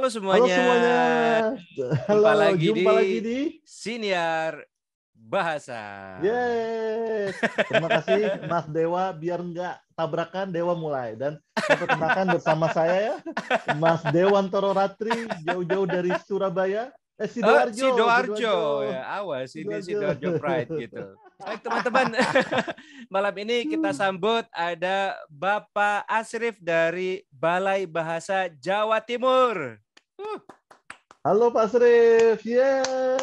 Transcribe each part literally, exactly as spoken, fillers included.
Halo semuanya. semuanya. Jumpa Halo, lagi jumpa di lagi di Siniar Bahasa. Yes. Terima kasih Mas Dewa, biar nggak tabrakan Dewa mulai. Dan saya perkenalkan bersama saya ya, Mas Dewantoro Ratri, jauh-jauh dari Surabaya. Eh, Oh, Sidoarjo, Sidoarjo. Sidoarjo. Ya, awas ini Sidoarjo. Sidoarjo Pride gitu. Baik teman-teman, malam ini kita sambut ada Bapak Asrif dari Balai Bahasa Jawa Timur. Uh. Halo Pak Srif. Yeah.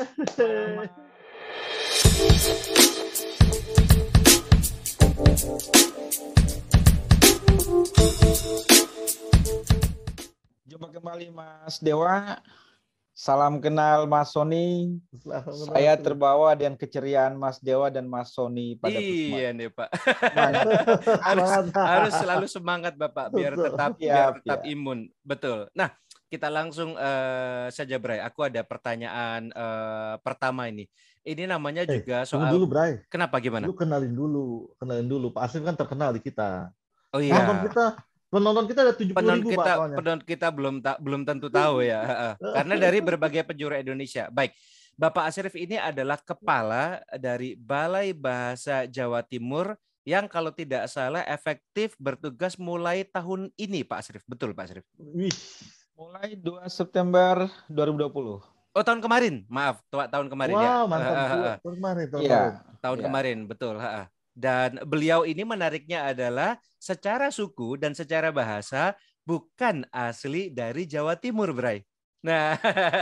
Jumpa kembali Mas Dewa. Salam kenal Mas Sony. Saya terbawa dengan keceriaan Mas Dewa dan Mas Sony pada Iya nih Pak. Semangat. harus Semangat. harus selalu semangat Bapak biar Betul. tetap Siap, biar tetap ya. imun. Betul. Nah, kita langsung eh, saja Bray. Aku ada pertanyaan eh, pertama ini. Ini namanya Eh, juga tunggu soal dulu, Bray. kenapa gimana? Lu kenalin dulu, kenalin dulu. Pak Asrif kan terkenal di kita. Oh Penonton iya. kita, penonton kita ada tujuh puluh Penonton ribu Pak kita soalnya. penonton kita belum tak belum tentu tahu ya. Karena dari berbagai penjuru Indonesia. Baik. Bapak Asrif ini adalah kepala dari Balai Bahasa Jawa Timur yang kalau tidak salah efektif bertugas mulai tahun ini Pak Asrif. Betul Pak Asrif? Wih. Mulai dua September dua ribu dua puluh. Oh tahun kemarin, maaf, tua tahun kemarin Wow, ya. mantap tua. Kemarin, tahun Iya. kemarin. Tahun Ya. kemarin, betul. Dan beliau ini menariknya adalah secara suku dan secara bahasa bukan asli dari Jawa Timur, Bray. Nah,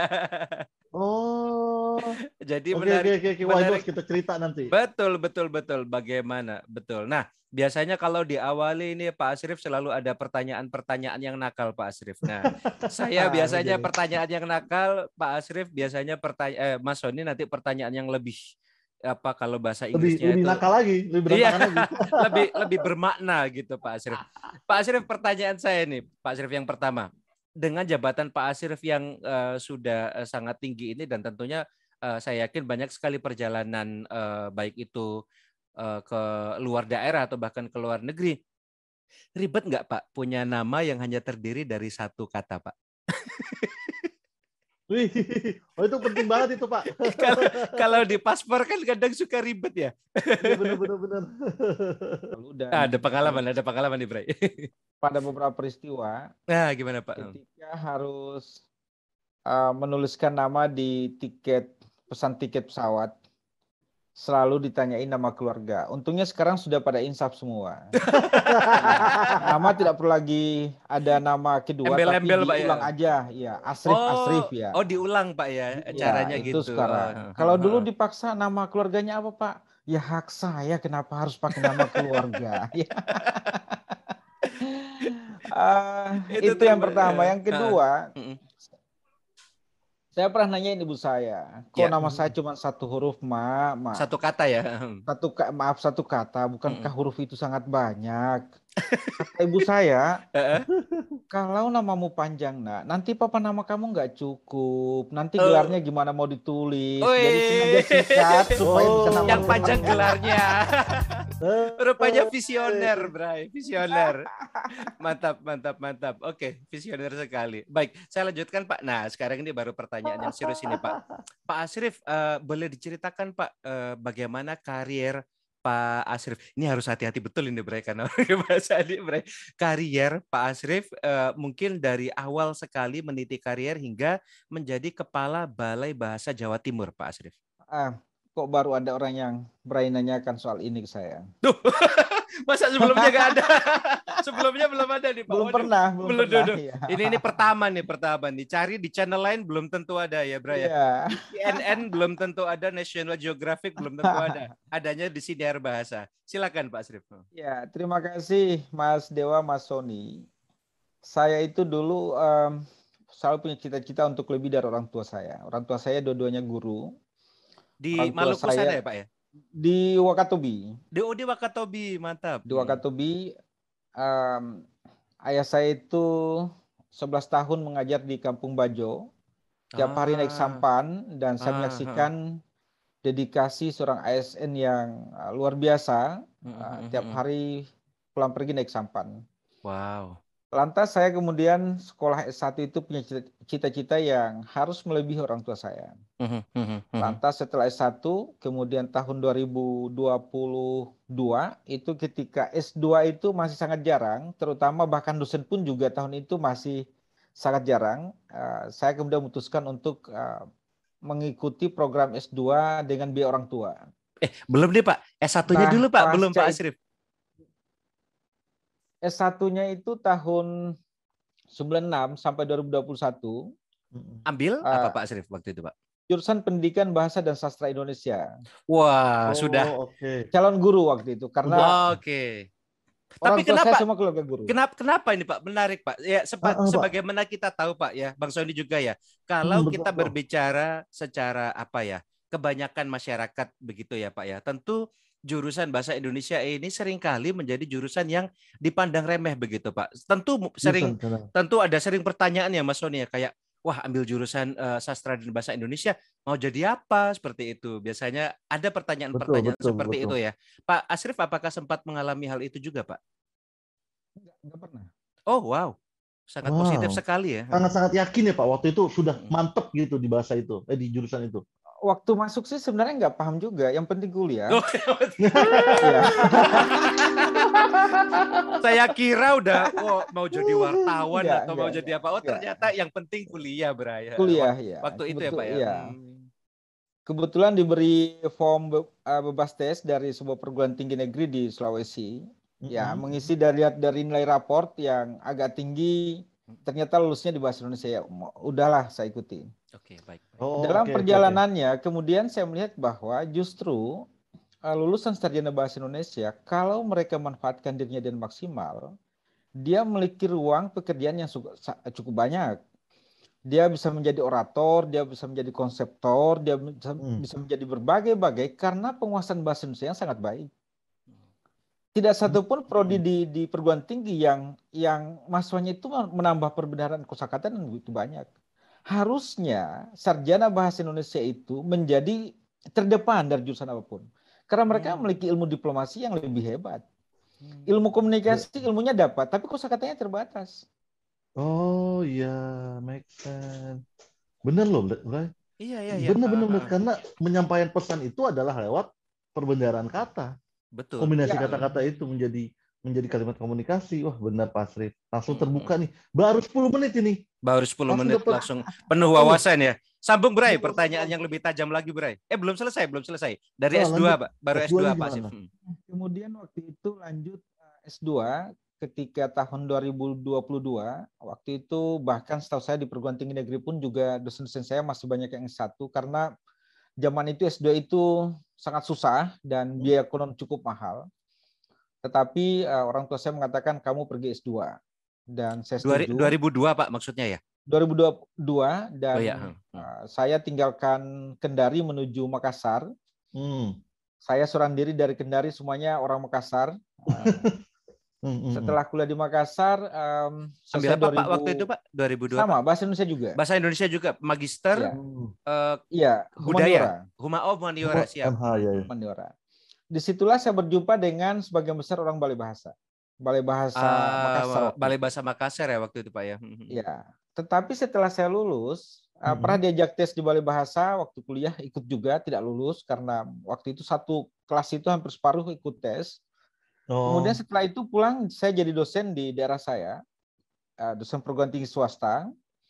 Oh, jadi oke menarik, oke oke. Wah, itu menarik. harus kita cerita nanti. Betul, betul, betul. Bagaimana? Betul. Nah, biasanya kalau diawali ini Pak Asrif selalu ada pertanyaan-pertanyaan yang nakal Pak Asrif. Nah, saya biasanya Begini. pertanyaan yang nakal, Pak Asrif biasanya pertanyaan, eh, Mas Sony nanti pertanyaan yang lebih apa kalau bahasa Lebih Inggrisnya lebih itu nakal lagi, lebih iya, berantakan lagi. lebih lebih bermakna gitu Pak Asrif. Pak Asrif pertanyaan saya nih, Pak Asrif yang pertama. Dengan jabatan Pak Asrif yang uh, sudah uh, sangat tinggi ini dan tentunya uh, saya yakin banyak sekali perjalanan uh, baik itu uh, ke luar daerah atau bahkan ke luar negeri. Ribet nggak Pak punya nama yang hanya terdiri dari satu kata Pak? Wih, oh itu penting banget itu Pak. kalau, kalau di paspor kan kadang suka ribet ya. Iya benar benar benar. Dan Ada pengalaman, ada pengalaman nih Bray. pada beberapa peristiwa. Nah, gimana Pak? Ketika harus uh, menuliskan nama di tiket pesan tiket pesawat, selalu ditanyain nama keluarga. Untungnya sekarang sudah pada insaf semua. Nama tidak perlu lagi ada nama kedua, Embel-embel, tapi Pak, ya? diulang aja, ya Asrif Oh, Asrif ya. oh diulang Pak ya, Ya, caranya itu gitu. sekarang. Oh. Kalau dulu dipaksa nama keluarganya apa Pak? Ya hak saya, kenapa harus pakai nama keluarga? uh, itu, itu yang pertama. Yang kedua, uh. saya pernah nanyain ibu saya, kok ya. Nama saya cuma satu huruf, Ma? Ma. Satu kata ya? Satu maaf satu kata, bukankah mm. huruf itu sangat banyak? Kata ibu saya, kalau namamu panjang, nak, nanti papa nama kamu nggak cukup. Nanti gelarnya gimana mau ditulis? Oi. Jadi sengaja singkat supaya oh, bisa nama yang panjang gelarnya. Rupanya visioner, Bray, visioner. Mantap, mantap, mantap. Oke, visioner sekali. Baik, saya lanjutkan Pak. Nah, sekarang ini baru pertanyaan yang serius ini Pak. Pak Asrif, uh, boleh diceritakan Pak uh, bagaimana karier Pak Asrif? Ini harus hati-hati betul ini Bray, karena bahasa ini Bray. Karier Pak Asrif uh, mungkin dari awal sekali meniti karier hingga menjadi kepala Balai Bahasa Jawa Timur Pak Asrif. Ah. Kok baru ada orang yang berani nanyakan soal ini ke saya? Duh, masa sebelumnya nggak ada? Sebelumnya belum ada nih Pak. Belum Waduh, pernah, belum, belum pernah. Ya. Ini ini pertama nih, pertama nih. Cari di channel lain belum tentu ada ya, Bro ya. Ya. C N N belum tentu ada, National Geographic belum tentu ada. Adanya di Siniar Bahasa. Silakan Pak Asrif. Ya, terima kasih Mas Dewa, Mas Sony. Saya itu dulu um, selalu punya cita-cita untuk lebih dari orang tua saya. Orang tua saya dua-duanya guru. Di Maluku sana ya Pak ya? Di Wakatobi. Di, oh, di Wakatobi, mantap. Di Wakatobi, um, ayah saya itu sebelas tahun mengajar di Kampung Bajo. Tiap ah. hari naik sampan dan saya ah. menyaksikan dedikasi seorang A S N yang luar biasa. Uh, tiap hari pulang pergi naik sampan. Wow. Lantas saya kemudian sekolah S satu itu punya cita-cita yang harus melebihi orang tua saya. Lantas setelah S satu, kemudian tahun dua ribu dua puluh dua, itu ketika S dua itu masih sangat jarang, terutama bahkan dosen pun juga tahun itu masih sangat jarang. Uh, saya kemudian memutuskan untuk uh, mengikuti program S dua dengan biaya orang tua. Eh, belum deh Pak. S satunya Nah, dulu Pak, belum Pak pasca Asrif. S satunya itu tahun sembilan puluh enam sampai dua ribu dua puluh satu. Ambil uh, apa Pak Asrif waktu itu Pak? Jurusan Pendidikan Bahasa dan Sastra Indonesia. Wah, Oh, sudah okay. calon guru waktu itu karena oh, oke. Okay. Orang Tapi tua kenapa? saya semua keluarga guru. Kenapa? Kenapa ini Pak? Menarik Pak. Ya, sepa, uh, uh, sebagaimana Pak. kita tahu Pak ya, Bang Sony juga ya. Kalau hmm, kita betul, berbicara secara apa ya, kebanyakan masyarakat begitu ya Pak ya. Tentu jurusan bahasa Indonesia ini seringkali menjadi jurusan yang dipandang remeh begitu Pak. Tentu sering, jurusan, tentu ada sering pertanyaan ya Mas Sony ya, kayak wah ambil jurusan uh, sastra dan bahasa Indonesia mau jadi apa seperti itu. Biasanya ada pertanyaan-pertanyaan seperti betul. itu ya. Pak Asrif apakah sempat mengalami hal itu juga Pak? Enggak, enggak pernah. Oh wow, sangat wow. positif sekali ya. Sangat-sangat yakin ya Pak waktu itu sudah mantep gitu di bahasa itu, eh di jurusan itu. Waktu masuk sih sebenarnya nggak paham juga. Yang penting kuliah. Oh, ya. Saya kira udah oh, mau jadi wartawan enggak, atau enggak, mau jadi apa. Oh enggak. ternyata yang penting kuliah, Bray. Kuliah waktu, ya. Waktu Kebetul, itu ya Pak ya. ya. Hmm. Kebetulan diberi form be, uh, bebas tes dari sebuah perguruan tinggi negeri di Sulawesi. Mm-hmm. Ya, mengisi dari dari nilai raport yang agak tinggi. Ternyata lulusnya di bahasa Indonesia ya. Udahlah saya ikuti. Oke, okay, baik. baik. Oh, Dalam okay, perjalanannya, okay. kemudian saya melihat bahwa justru uh, lulusan sarjana bahasa Indonesia, kalau mereka manfaatkan dirinya dengan maksimal, dia memiliki ruang pekerjaan yang cukup banyak. Dia bisa menjadi orator, dia bisa menjadi konseptor, dia bisa, hmm. bisa menjadi berbagai-bagai karena penguasaan bahasa Indonesia yang sangat baik. Tidak satupun prodi di, di perguruan tinggi yang yang mahasiswanya itu menambah perbedaan kosakata dan begitu banyak. Harusnya sarjana bahasa Indonesia itu menjadi terdepan dari jurusan apapun. Karena mereka hmm. memiliki ilmu diplomasi yang lebih hebat. Ilmu komunikasi ilmunya dapat, tapi kosakatanya terbatas. Oh iya, make sense. Bener loh, Bray. Iya, iya, iya. Bener, bener, bener. Karena menyampaikan pesan itu adalah lewat perbendaharaan kata. Betul. Kombinasi ya. kata-kata itu menjadi menjadi kalimat komunikasi. Wah, benar Pak Asrif. Langsung terbuka nih. Baru sepuluh menit ini. Baru sepuluh langsung menit dapat. Langsung penuh wawasan ya. Sambung Bray, pertanyaan yang lebih tajam lagi Bray. Eh belum selesai, belum selesai. Dari oh, S dua, Pak. Baru S dua, S dua Pak Asrif. Kemudian waktu itu lanjut S dua ketika tahun dua ribu dua puluh dua. Waktu itu bahkan setahu saya di perguruan tinggi negeri pun juga dosen-dosen saya masih banyak yang S satu karena zaman itu S dua itu sangat susah dan biaya konon cukup mahal. Tetapi uh, orang tua saya mengatakan kamu pergi S dua dan saya setuju. dua ribu dua Pak maksudnya ya? dua ribu dua puluh dua dan oh, iya. uh, saya tinggalkan Kendari menuju Makassar. Hmm. Saya seorang diri dari Kendari, semuanya orang Makassar. Uh, setelah kuliah di Makassar, um, ambil apa dua ribu, Pak waktu itu Pak? dua ribu dua sama Pak? bahasa Indonesia juga. Bahasa Indonesia juga, magister. Iya, uh, iya budaya. Huma oh humaniora siap. Humaniora. Disitulah saya berjumpa dengan sebagian besar orang Balai Bahasa. Balai Bahasa uh, Makassar. Balai Bahasa Makassar ya waktu itu Pak ya. Iya. Tetapi setelah saya lulus, uh, mm-hmm. pernah diajak tes di Balai Bahasa waktu kuliah, ikut juga tidak lulus karena waktu itu satu kelas itu hampir separuh ikut tes. Oh. Kemudian setelah itu pulang, saya jadi dosen di daerah saya, uh, dosen perguruan tinggi swasta.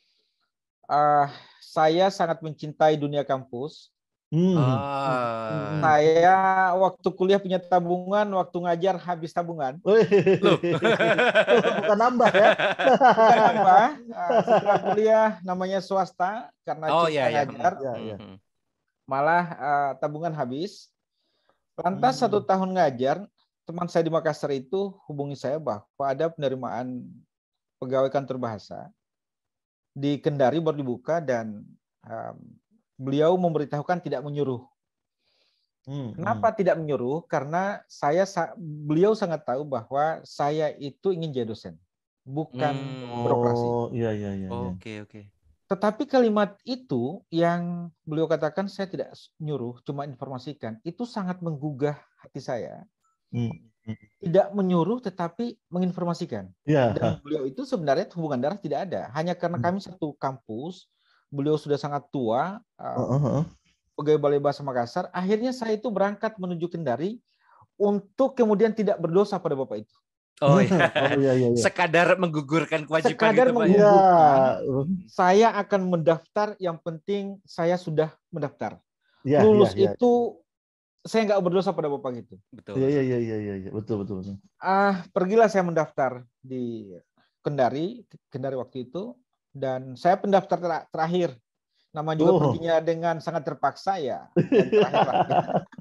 Uh, saya sangat mencintai dunia kampus. Hmm. Ah. Saya waktu kuliah punya tabungan, waktu ngajar habis tabungan. Loh. Bukan nambah ya? Bukan nambah. Setelah kuliah namanya swasta karena oh, cinta iya, ngajar, iya. Ya, ya. malah uh, tabungan habis. Lantas hmm. satu tahun ngajar, teman saya di Makassar itu hubungi saya bahwa ada penerimaan pegawai kantor bahasa di Kendari baru dibuka dan um, beliau memberitahukan tidak menyuruh. Hmm, Kenapa hmm. tidak menyuruh? Karena saya beliau sangat tahu bahwa saya itu ingin jadi dosen, bukan hmm. birokrasi. Oh, iya iya iya. Oke, okay, oke. Okay. Tetapi kalimat itu yang beliau katakan saya tidak nyuruh, cuma informasikan, itu sangat menggugah hati saya. Hmm. tidak menyuruh tetapi menginformasikan. Ya. Dan beliau itu sebenarnya hubungan darah tidak ada. Hanya karena kami satu kampus, beliau sudah sangat tua, Uh, uh, uh. pegawai Balai Bahasa Makassar, akhirnya saya itu berangkat menuju Kendari untuk kemudian tidak berdosa pada Bapak itu. Oh iya. Oh, iya, iya, iya. Sekadar menggugurkan kewajiban Sekadar gitu, Pak, ya? menggugurkan, Ya. saya akan mendaftar, yang penting saya sudah mendaftar. Ya, Lulus ya, ya. itu saya nggak berdosa pada Bapak itu. Betul. Iya, iya, iya, iya, iya, iya. Betul, betul, betul. Ah, pergilah saya mendaftar di Kendari, Kendari waktu itu, dan saya pendaftar ter- terakhir. Nama juga Oh. perginya dengan sangat terpaksa ya. Dan terakhir-terakhir.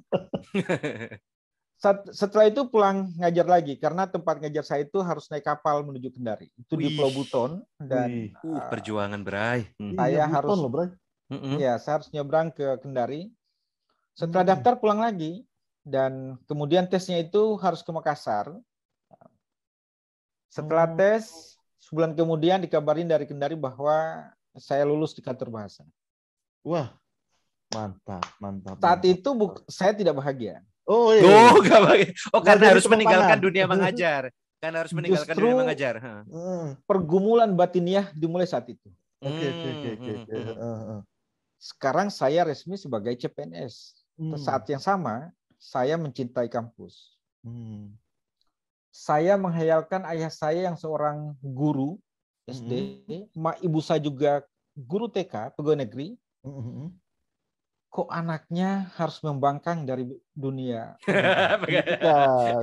Set- Setelah itu pulang ngajar lagi karena tempat ngajar saya itu harus naik kapal menuju Kendari. Itu di Wih. Pulau Buton dan Wih. Uh, uh, perjuangan, Bray. Hmm. Saya Iya, harus- Buton loh, Bray. Mm-mm. ya saya harus nyebrang ke Kendari. Setelah Hmm. daftar pulang lagi dan kemudian tesnya itu harus ke Makassar. Setelah Oh. tes sebulan kemudian dikabarin dari Kendari bahwa saya lulus di kantor bahasa. Wah, mantap, mantap. Saat mantap. itu buk- saya tidak bahagia. Oh, iya. Oh, nggak pakai. Oh, Nggak karena jadi harus tepuk meninggalkan tangan. dunia mengajar. Karena harus meninggalkan Justru- dunia mengajar. Hah. Hmm. Pergumulan batiniah dimulai saat itu. Oke, oke, oke, oke. Hmm, oke. hmm, hmm. Uh, uh. Sekarang saya resmi sebagai C P N S. Hmm. Saat yang sama, saya mencintai kampus. Hmm. Saya menghayalkan ayah saya yang seorang guru S D, mak ibu saya juga guru T K, pegawai negeri. Hmm. Kok anaknya harus membangkang dari dunia? Pendidikan.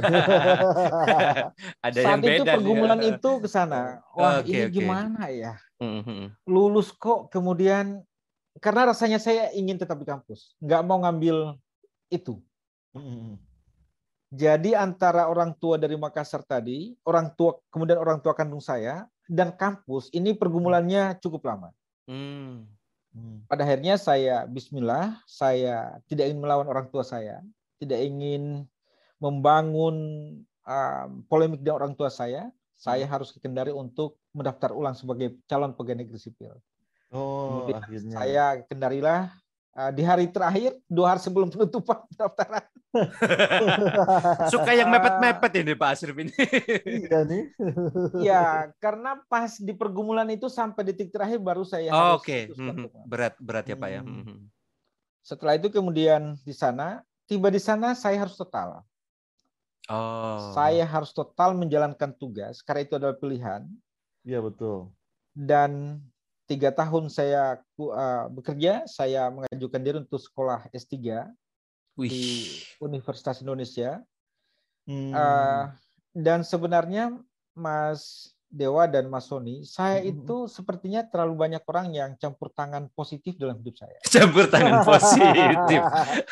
Ada Saat yang beda itu nih, pergumulan ya. itu ke sana. Wah, Oke, ini oke. gimana ya? Hmm, hmm. Lulus kok kemudian, karena rasanya saya ingin tetap di kampus. Nggak mau ngambil itu. Hmm. Jadi antara orang tua dari Makassar tadi, orang tua kemudian orang tua kandung saya dan kampus ini pergumulannya cukup lama. Hmm. Hmm. Pada akhirnya saya bismillah, saya tidak ingin melawan orang tua saya, tidak ingin membangun um, polemik dengan orang tua saya. Saya Hmm. harus ke Kendari untuk mendaftar ulang sebagai calon pegawai negeri sipil. Oh, Kemudian akhirnya. saya ke Kendarilah uh, di hari terakhir, dua hari sebelum penutupan pendaftaran. Suka yang mepet-mepet ini Pak Asrif ini. Iya nih. Ya, karena pas di pergumulan itu sampai detik terakhir baru saya Oh, harus oke. putuskan. Hmm, berat berat ya Pak ya. Hmm. Hmm. Setelah itu kemudian di sana, tiba di sana saya harus total. Oh. Saya harus total menjalankan tugas karena itu adalah pilihan. Iya, betul. Dan tiga tahun saya uh, bekerja, saya mengajukan diri untuk sekolah S tiga Wih. di Universitas Indonesia. Hmm. Uh, dan sebenarnya Mas Dewa dan Mas Sony, saya Hmm. itu sepertinya terlalu banyak orang yang campur tangan positif dalam hidup saya. Campur tangan positif.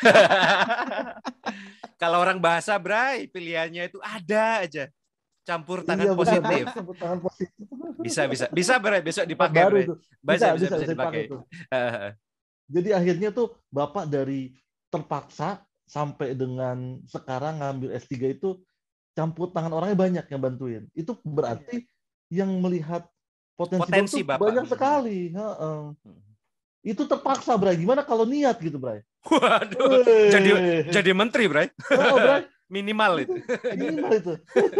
Kalau orang bahasa, Bray, pilihannya itu ada aja. Campur tangan Iya, benar, positif. benar, campur tangan positif. Bisa, bisa. Bisa, Bray, besok dipakai, Baru Bray. tuh. Bisa, Bisa, bisa, bisa, bisa bisa dipakai. dipakai tuh. Jadi akhirnya tuh Bapak dari terpaksa sampai dengan sekarang ngambil S tiga itu campur tangan orangnya banyak yang bantuin. Itu berarti yang melihat potensi, Potensi itu Bapak. banyak sekali. Heeh. Itu terpaksa, Bray. Gimana kalau niat gitu, Bray? Waduh, Wih. jadi jadi menteri, Bray. Oh, Bray. Minimal itu. Minimal itu.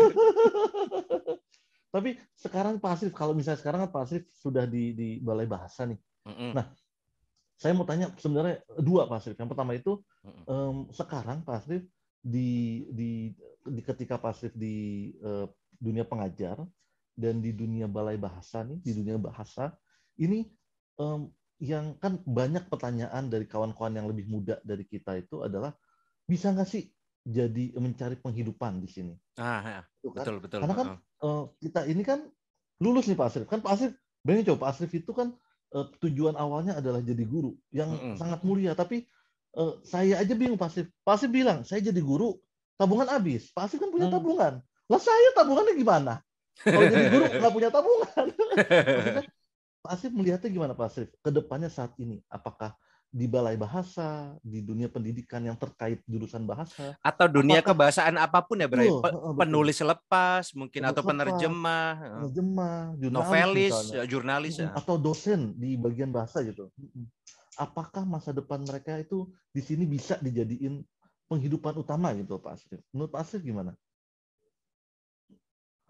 Tapi sekarang Pak Asrif, kalau misalnya sekarang kan Pak Asrif sudah di, di Balai Bahasa nih. Mm-mm. Nah, saya mau tanya sebenarnya dua Pak Asrif. Yang pertama itu Mm-mm. um, sekarang Pak Asrif di, di, di ketika Pak Asrif di uh, dunia pengajar dan di dunia Balai Bahasa nih, di dunia bahasa ini um, yang kan banyak pertanyaan dari kawan-kawan yang lebih muda dari kita itu adalah bisa nggak sih jadi mencari penghidupan di sini? Ah, ya. Itu kan? Betul, betul. Karena kan uh, kita ini kan lulus nih Pak Asrif. Kan Pak Asrif, bayangin coba Pak Asrif itu kan uh, tujuan awalnya adalah jadi guru yang Mm-mm. sangat mulia. Tapi uh, saya aja bingung Pak Asrif. Pak Asrif bilang, saya jadi guru, tabungan habis. Pak Asrif kan punya Hmm. tabungan. Lah saya tabungannya gimana? Kalau jadi guru nggak punya tabungan. Maksudnya Pak Asrif melihatnya gimana Pak Asrif? Kedepannya saat ini, apakah di Balai Bahasa, di dunia pendidikan yang terkait jurusan bahasa, Atau dunia apakah- kebahasaan apapun ya, Bray. Betul, Pe- betul. penulis lepas, mungkin Penulis atau lepas, penerjemah, penerjemah, jurnalis novelis, misalnya. jurnalis ya. atau dosen di bagian bahasa gitu. Apakah masa depan mereka itu di sini bisa dijadiin penghidupan utama gitu Pak Asrif? Menurut Pak Asrif gimana?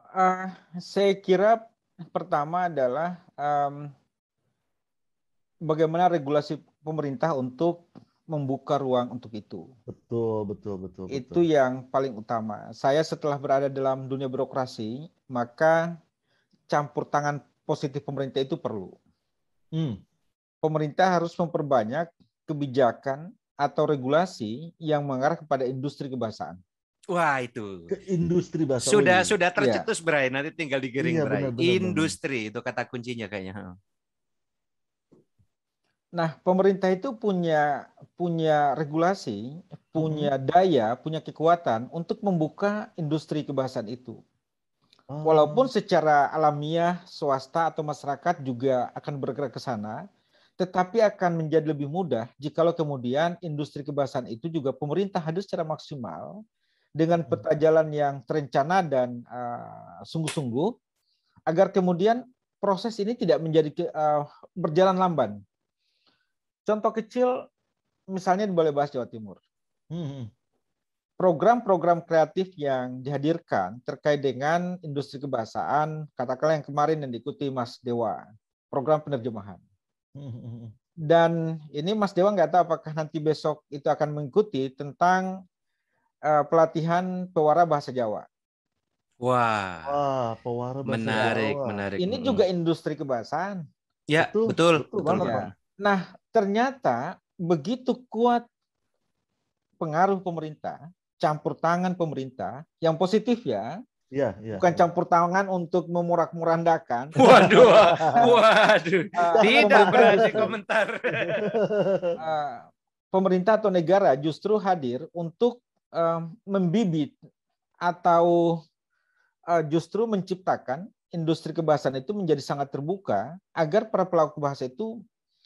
Uh, saya kira pertama adalah um, bagaimana regulasi pemerintah untuk membuka ruang untuk itu. Betul, betul, betul. Itu betul. yang paling utama. Saya setelah berada dalam dunia birokrasi, maka campur tangan positif pemerintah itu perlu. Hmm. Pemerintah harus memperbanyak kebijakan atau regulasi yang mengarah kepada industri kebahasaan. Wah, itu. Ke industri bahasa. Sudah Ui. sudah tercetus, ya. Bray. Nanti tinggal digiring, iya, Bray. Benar, benar, industri benar. itu kata kuncinya kayaknya. Nah, pemerintah itu punya punya regulasi, punya mm-hmm. daya, punya kekuatan untuk membuka industri kebahasaan itu. Oh. Walaupun secara alamiah swasta atau masyarakat juga akan bergerak ke sana, tetapi akan menjadi lebih mudah jikalau kemudian industri kebahasaan itu juga pemerintah hadir secara maksimal dengan peta jalan yang terencana dan uh, sungguh-sungguh, agar kemudian proses ini tidak menjadi uh, berjalan lamban. Contoh kecil, misalnya di Balai Bahasa Jawa Timur. Program-program kreatif yang dihadirkan terkait dengan industri kebahasaan, katakanlah yang kemarin yang diikuti Mas Dewa, program penerjemahan. Dan ini Mas Dewa nggak tahu apakah nanti besok itu akan mengikuti tentang uh, pelatihan pewara bahasa Jawa. Wah, Wah pewara bahasa menarik, Jawa. menarik. Ini mm-hmm. juga industri kebahasaan. Ya, betul, betul, betul, betul ya. Nah, ternyata begitu kuat pengaruh pemerintah, campur tangan pemerintah, yang positif ya, ya, ya bukan ya. campur tangan untuk memurak-murandakan. Waduh, waduh, tidak berani komentar. Uh, pemerintah atau negara justru hadir untuk uh, membibit atau uh, justru menciptakan industri kebahasaan itu menjadi sangat terbuka agar para pelaku bahasa itu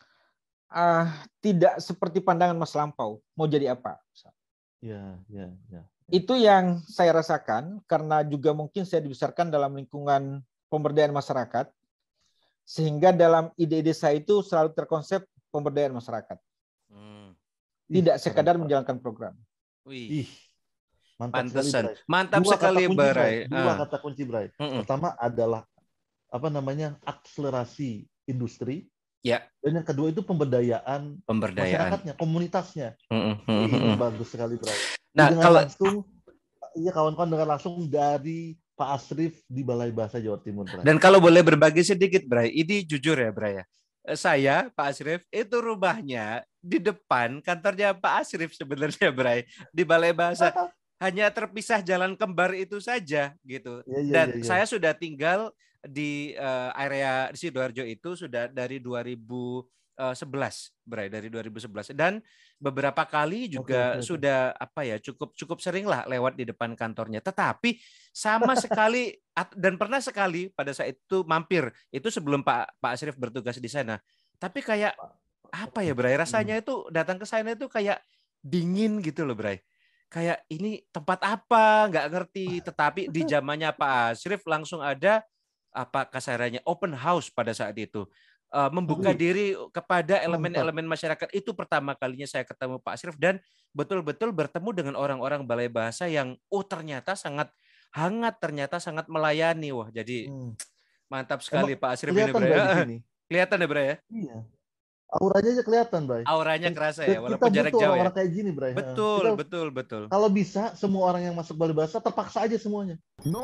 uh, tidak seperti pandangan Mas lampau mau jadi apa. Ya, ya, ya. Itu yang saya rasakan karena juga mungkin saya dibesarkan dalam lingkungan pemberdayaan masyarakat, sehingga dalam ide-ide saya itu selalu terkonsep pemberdayaan masyarakat. Hmm. Tidak Ih, sekadar keren. menjalankan program. Wih. Ih, mantap sekali, Bray. Mantap Dua sekali, kata kunci, Bray. Bray. Dua uh. kata kunci, Bray. Mm-mm. Pertama adalah apa namanya akselerasi industri. Ya. Dan yang kedua itu pemberdayaan, pemberdayaan. masyarakatnya, komunitasnya. Mm-mm. Ini bagus sekali, Bray. Nah, dengan kalau langsung, iya kawan-kawan dengar langsung dari Pak Asrif di Balai Bahasa Jawa Timur, Bray. Dan kalau boleh berbagi sedikit, Bray, ini jujur ya, Bray ya. Saya, Pak Asrif, itu rumahnya di depan kantornya Pak Asrif sebenarnya, Bray, di Balai Bahasa. Hanya terpisah jalan kembar itu saja, gitu. Ya, ya, Dan ya, ya. saya sudah tinggal di uh, area di Sidoarjo itu sudah dari dua ribu sebelas, Bray, dari dua ribu sebelas. Dan beberapa kali juga okay, okay, sudah okay. apa ya cukup cukup sering lah lewat di depan kantornya. Tetapi sama sekali dan pernah sekali pada saat itu mampir itu sebelum Pak Pak Asrif bertugas di sana. Tapi kayak apa ya, Bray? Rasanya itu datang ke sana itu kayak dingin gitu loh, Bray. Kayak ini tempat apa nggak ngerti. Tetapi di zamannya Pak Asrif langsung ada apa kasarannya open house pada saat itu. Uh, membuka Ui. diri kepada elemen-elemen masyarakat. Itu pertama kalinya saya ketemu Pak Asrif dan betul-betul bertemu dengan orang-orang Balai Bahasa yang oh ternyata sangat hangat, ternyata sangat melayani. Wah, jadi hmm. mantap sekali. Emang Pak Asrif ini, Bray. Kelihatan ya, Bray ya? Iya. Auranya aja kelihatan, Bray. Auranya kerasa ya, walaupun kita jarak butuh jauh orang-orang ya. kayak gini, Bray. Betul, kita, betul, betul. Kalau bisa semua orang yang masuk Balai Bahasa terpaksa aja semuanya.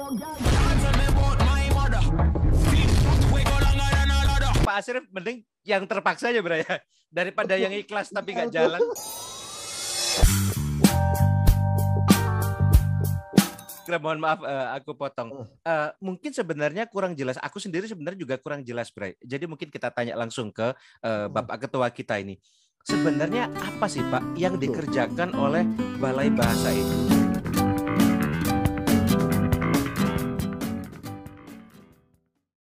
Pak Asrif mending yang terpaksa aja, Bray, daripada yang ikhlas tapi nggak jalan. Mohon maaf, uh, aku potong. Uh, mungkin sebenarnya kurang jelas. Aku sendiri sebenarnya juga kurang jelas, Bray. Jadi mungkin kita tanya langsung ke uh, Bapak Ketua kita ini. Sebenarnya apa sih, Pak, yang dikerjakan oleh Balai Bahasa itu?